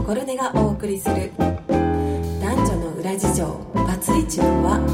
コルネがお送りする男女の裏事情バツイチの輪。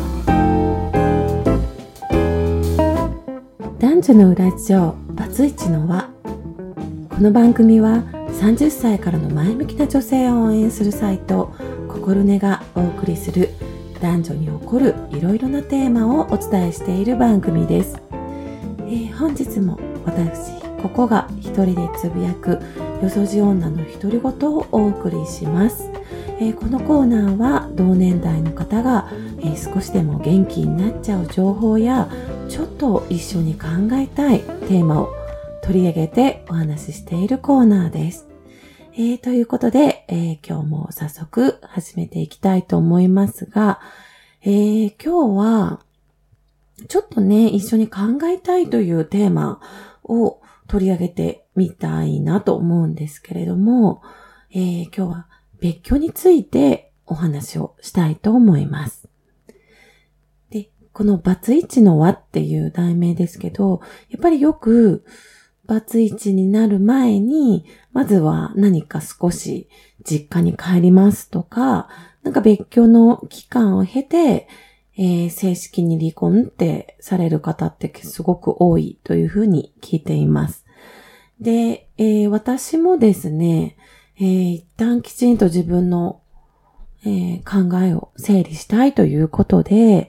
男女の裏事情バツイチの輪。この番組は30歳からの前向きな女性を応援するサイトココルネがお送りする男女に起こるいろいろなテーマをお伝えしている番組です。本日も私ここが一人でつぶやくよそじ女の独り言をお送りします。このコーナーは同年代の方が、少しでも元気になっちゃう情報やちょっと一緒に考えたいテーマを取り上げてお話ししているコーナーです。ということで、今日も早速始めていきたいと思いますが、今日はちょっとね一緒に考えたいというテーマを取り上げてみたいなと思うんですけれども、今日は別居についてお話をしたいと思います。で、このバツイチの輪っていう題名ですけど、やっぱりよくバツイチになる前に、まずは何か少し実家に帰りますとか、なんか別居の期間を経て、正式に離婚ってされる方ってすごく多いというふうに聞いています。で、私もですね、一旦きちんと自分の、考えを整理したいということで、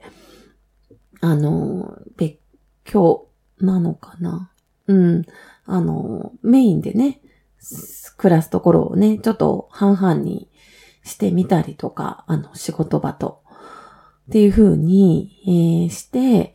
別居なのかな。メインでね、暮らすところをね、ちょっと半々にしてみたりとか、仕事場と。っていう風に、して、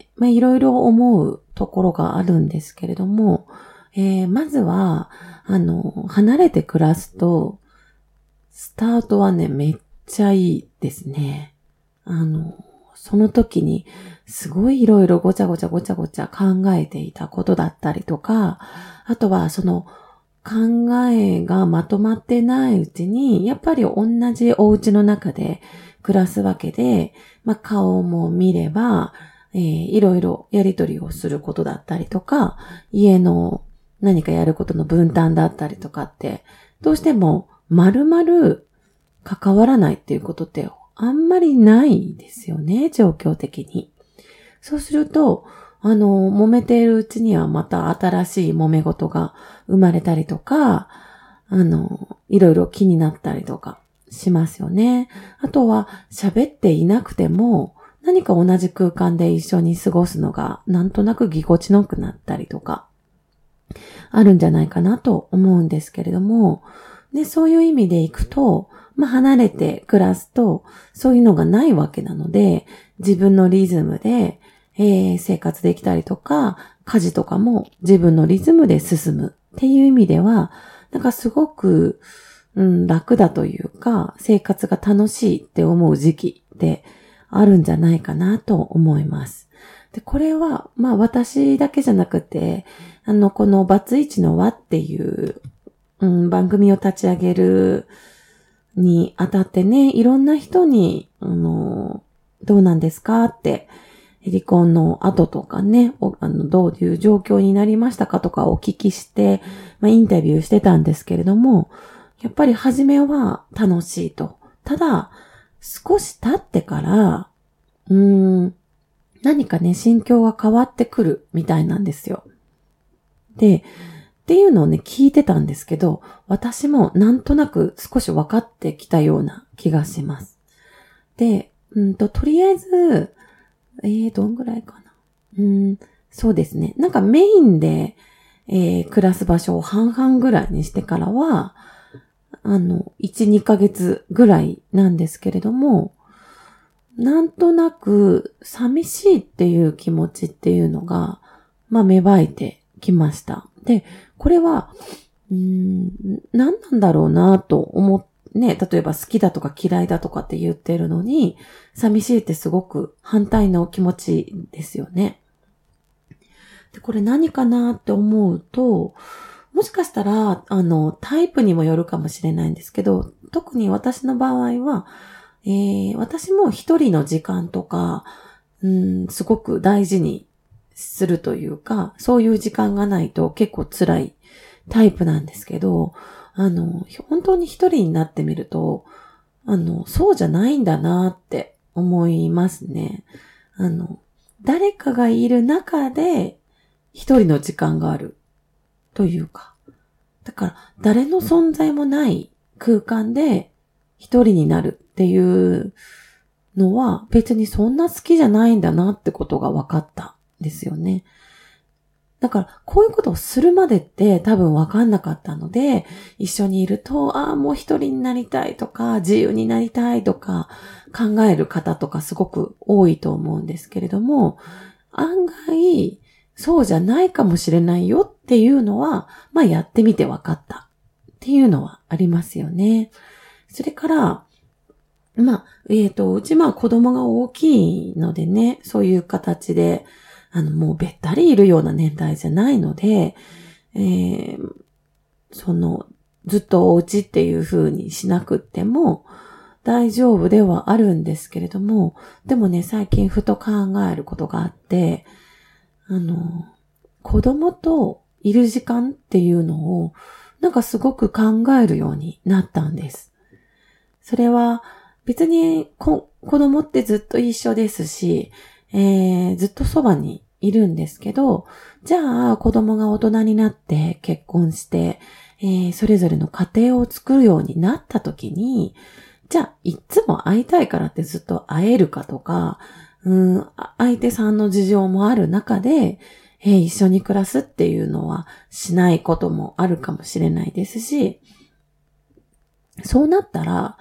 いろいろ思うところがあるんですけれども、まずは、離れて暮らすと、スタートはね、めっちゃいいですね。その時に、すごいいろいろごちゃごちゃ考えていたことだったりとか、あとはその考えがまとまってないうちに、やっぱり同じお家の中で暮らすわけで、顔も見れば、いろいろやり取りをすることだったりとか、家の何かやることの分担だったりとかって、どうしても丸々関わらないっていうことってあんまりないですよね、状況的に。そうすると、揉めているうちにはまた新しい揉め事が生まれたりとか、いろいろ気になったりとかしますよね。あとは喋っていなくても何か同じ空間で一緒に過ごすのがなんとなくぎこちなくなったりとかあるんじゃないかなと思うんですけれども、で、そういう意味でいくと、離れて暮らすとそういうのがないわけなので、自分のリズムで、生活できたりとか、家事とかも自分のリズムで進むっていう意味では、なんかすごく、楽だというか、生活が楽しいって思う時期ってあるんじゃないかなと思います。で、これは、私だけじゃなくて、このバツイチの輪っていう、番組を立ち上げるにあたってね、いろんな人に、どうなんですかって、離婚の後とかね、どういう状況になりましたかとかお聞きして、インタビューしてたんですけれども、やっぱり初めは楽しいと。ただ、少し経ってから、何かね、心境が変わってくるみたいなんですよ。で、っていうのをね、聞いてたんですけど、私もなんとなく少し分かってきたような気がします。で、とりあえず、どんぐらいかな。そうですね。なんかメインで、暮らす場所を半々ぐらいにしてからは、1、2ヶ月ぐらいなんですけれども、なんとなく寂しいっていう気持ちっていうのが、芽生えてきました。で、これは、何なんだろうなと思って、ね、例えば好きだとか嫌いだとかって言ってるのに、寂しいってすごく反対の気持ちですよね。で、これ何かなって思うと、もしかしたら、タイプにもよるかもしれないんですけど、特に私の場合は、私も一人の時間とか、すごく大事にするというか、そういう時間がないと結構辛いタイプなんですけど、本当に一人になってみると、そうじゃないんだなって思いますね。誰かがいる中で一人の時間があるというか、だから誰の存在もない空間で一人になるっていうのは別にそんな好きじゃないんだなってことが分かったんですよね。だからこういうことをするまでって多分分かんなかったので、一緒にいると、もう一人になりたいとか、自由になりたいとか考える方とかすごく多いと思うんですけれども、案外そうじゃないかもしれないよっていうのは、やってみて分かったっていうのはありますよね。それから、うち子供が大きいのでね、そういう形で、もうべったりいるような年代じゃないので、ずっとお家っていう風にしなくっても大丈夫ではあるんですけれども、でもね、最近ふと考えることがあって、子供といる時間っていうのを、なんかすごく考えるようになったんです。それは別に子供ってずっと一緒ですし、ずっとそばにいるんですけど、じゃあ子供が大人になって結婚して、それぞれの家庭を作るようになった時に、じゃあいつも会いたいからってずっと会えるかとか、相手さんの事情もある中で、一緒に暮らすっていうのはしないこともあるかもしれないですし、そうなったら、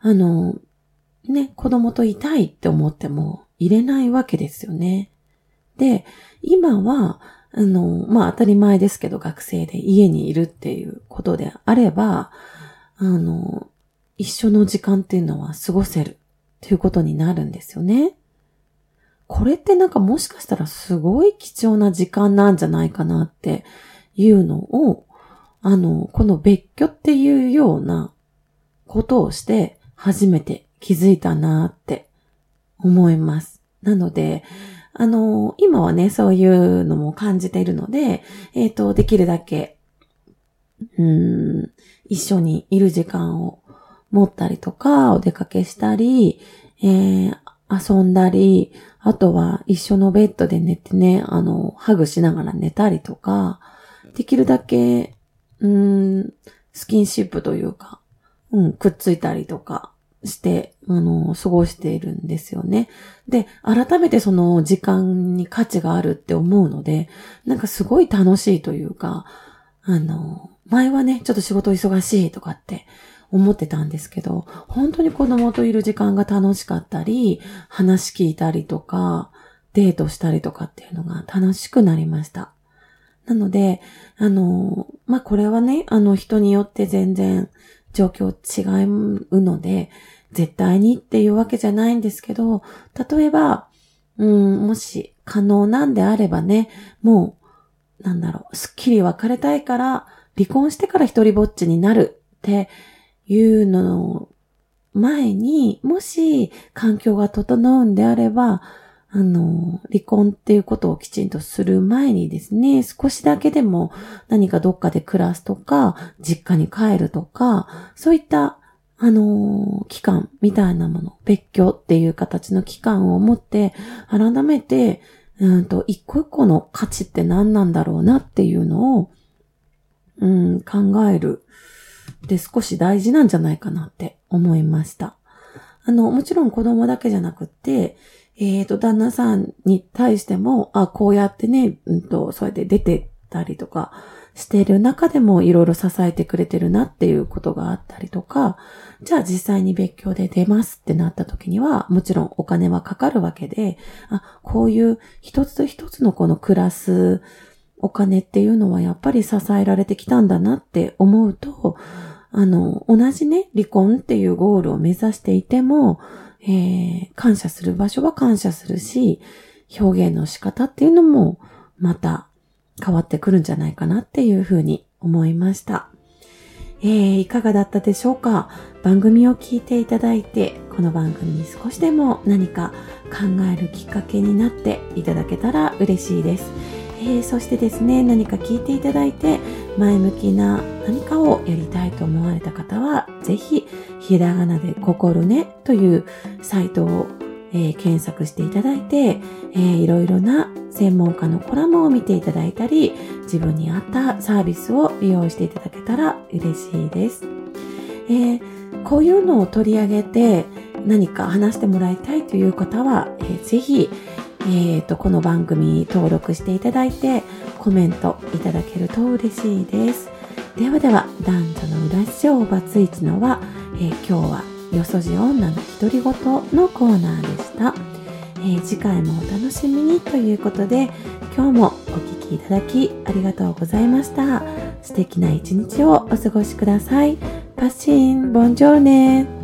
子供といたいって思っても入れないわけですよね。で、今は、当たり前ですけど学生で家にいるっていうことであれば、一緒の時間っていうのは過ごせるっていうことになるんですよね。これってなんかもしかしたらすごい貴重な時間なんじゃないかなっていうのを、この別居っていうようなことをして初めて気づいたなって思います。なので、今はね、そういうのも感じているので、できるだけ、一緒にいる時間を持ったりとか、お出かけしたり、遊んだり、あとは一緒のベッドで寝てね、ハグしながら寝たりとか、できるだけ、スキンシップというか、くっついたりとかして、過ごしているんですよね。で、改めてその時間に価値があるって思うので、なんかすごい楽しいというか、前はね、ちょっと仕事忙しいとかって思ってたんですけど、本当に子供といる時間が楽しかったり、話聞いたりとか、デートしたりとかっていうのが楽しくなりました。なので、これはね、人によって全然状況違うので、絶対にっていうわけじゃないんですけど、例えば、もし可能なんであればね、もう、すっきり別れたいから、離婚してから一人ぼっちになるっていうのの前に、もし環境が整うんであれば、離婚っていうことをきちんとする前にですね、少しだけでも何かどっかで暮らすとか、実家に帰るとか、そういった、期間みたいなもの、別居っていう形の期間を持って、改めて、一個一個の価値って何なんだろうなっていうのを、考える。で、少し大事なんじゃないかなって思いました。もちろん子供だけじゃなくって、旦那さんに対しても、こうやってね、そうやって出てったりとかしてる中でもいろいろ支えてくれてるなっていうことがあったりとか、じゃあ実際に別居で出ますってなった時には、もちろんお金はかかるわけで、こういう一つ一つのこの暮らすお金っていうのはやっぱり支えられてきたんだなって思うと、同じね、離婚っていうゴールを目指していても、感謝する場所は感謝するし、表現の仕方っていうのもまた変わってくるんじゃないかなっていうふうに思いました。いかがだったでしょうか？番組を聞いていただいて、この番組に少しでも何か考えるきっかけになっていただけたら嬉しいです。 そしてですね、何か聞いていただいて前向きな何かをやりたいと思われた方は、ぜひひらがなで心ねというサイトを、検索していただいて、いろいろな専門家のコラムを見ていただいたり、自分に合ったサービスを利用していただけたら嬉しいです。こういうのを取り上げて何か話してもらいたいという方は、ぜひ、この番組登録していただいてコメントいただけると嬉しいです。ではでは、男女の裏事情バツイチのは、今日はよそじ女の独り言のコーナーでした。次回もお楽しみにということで、今日もお聞きいただきありがとうございました。素敵な一日をお過ごしください。パッシン、ボンジョルネ。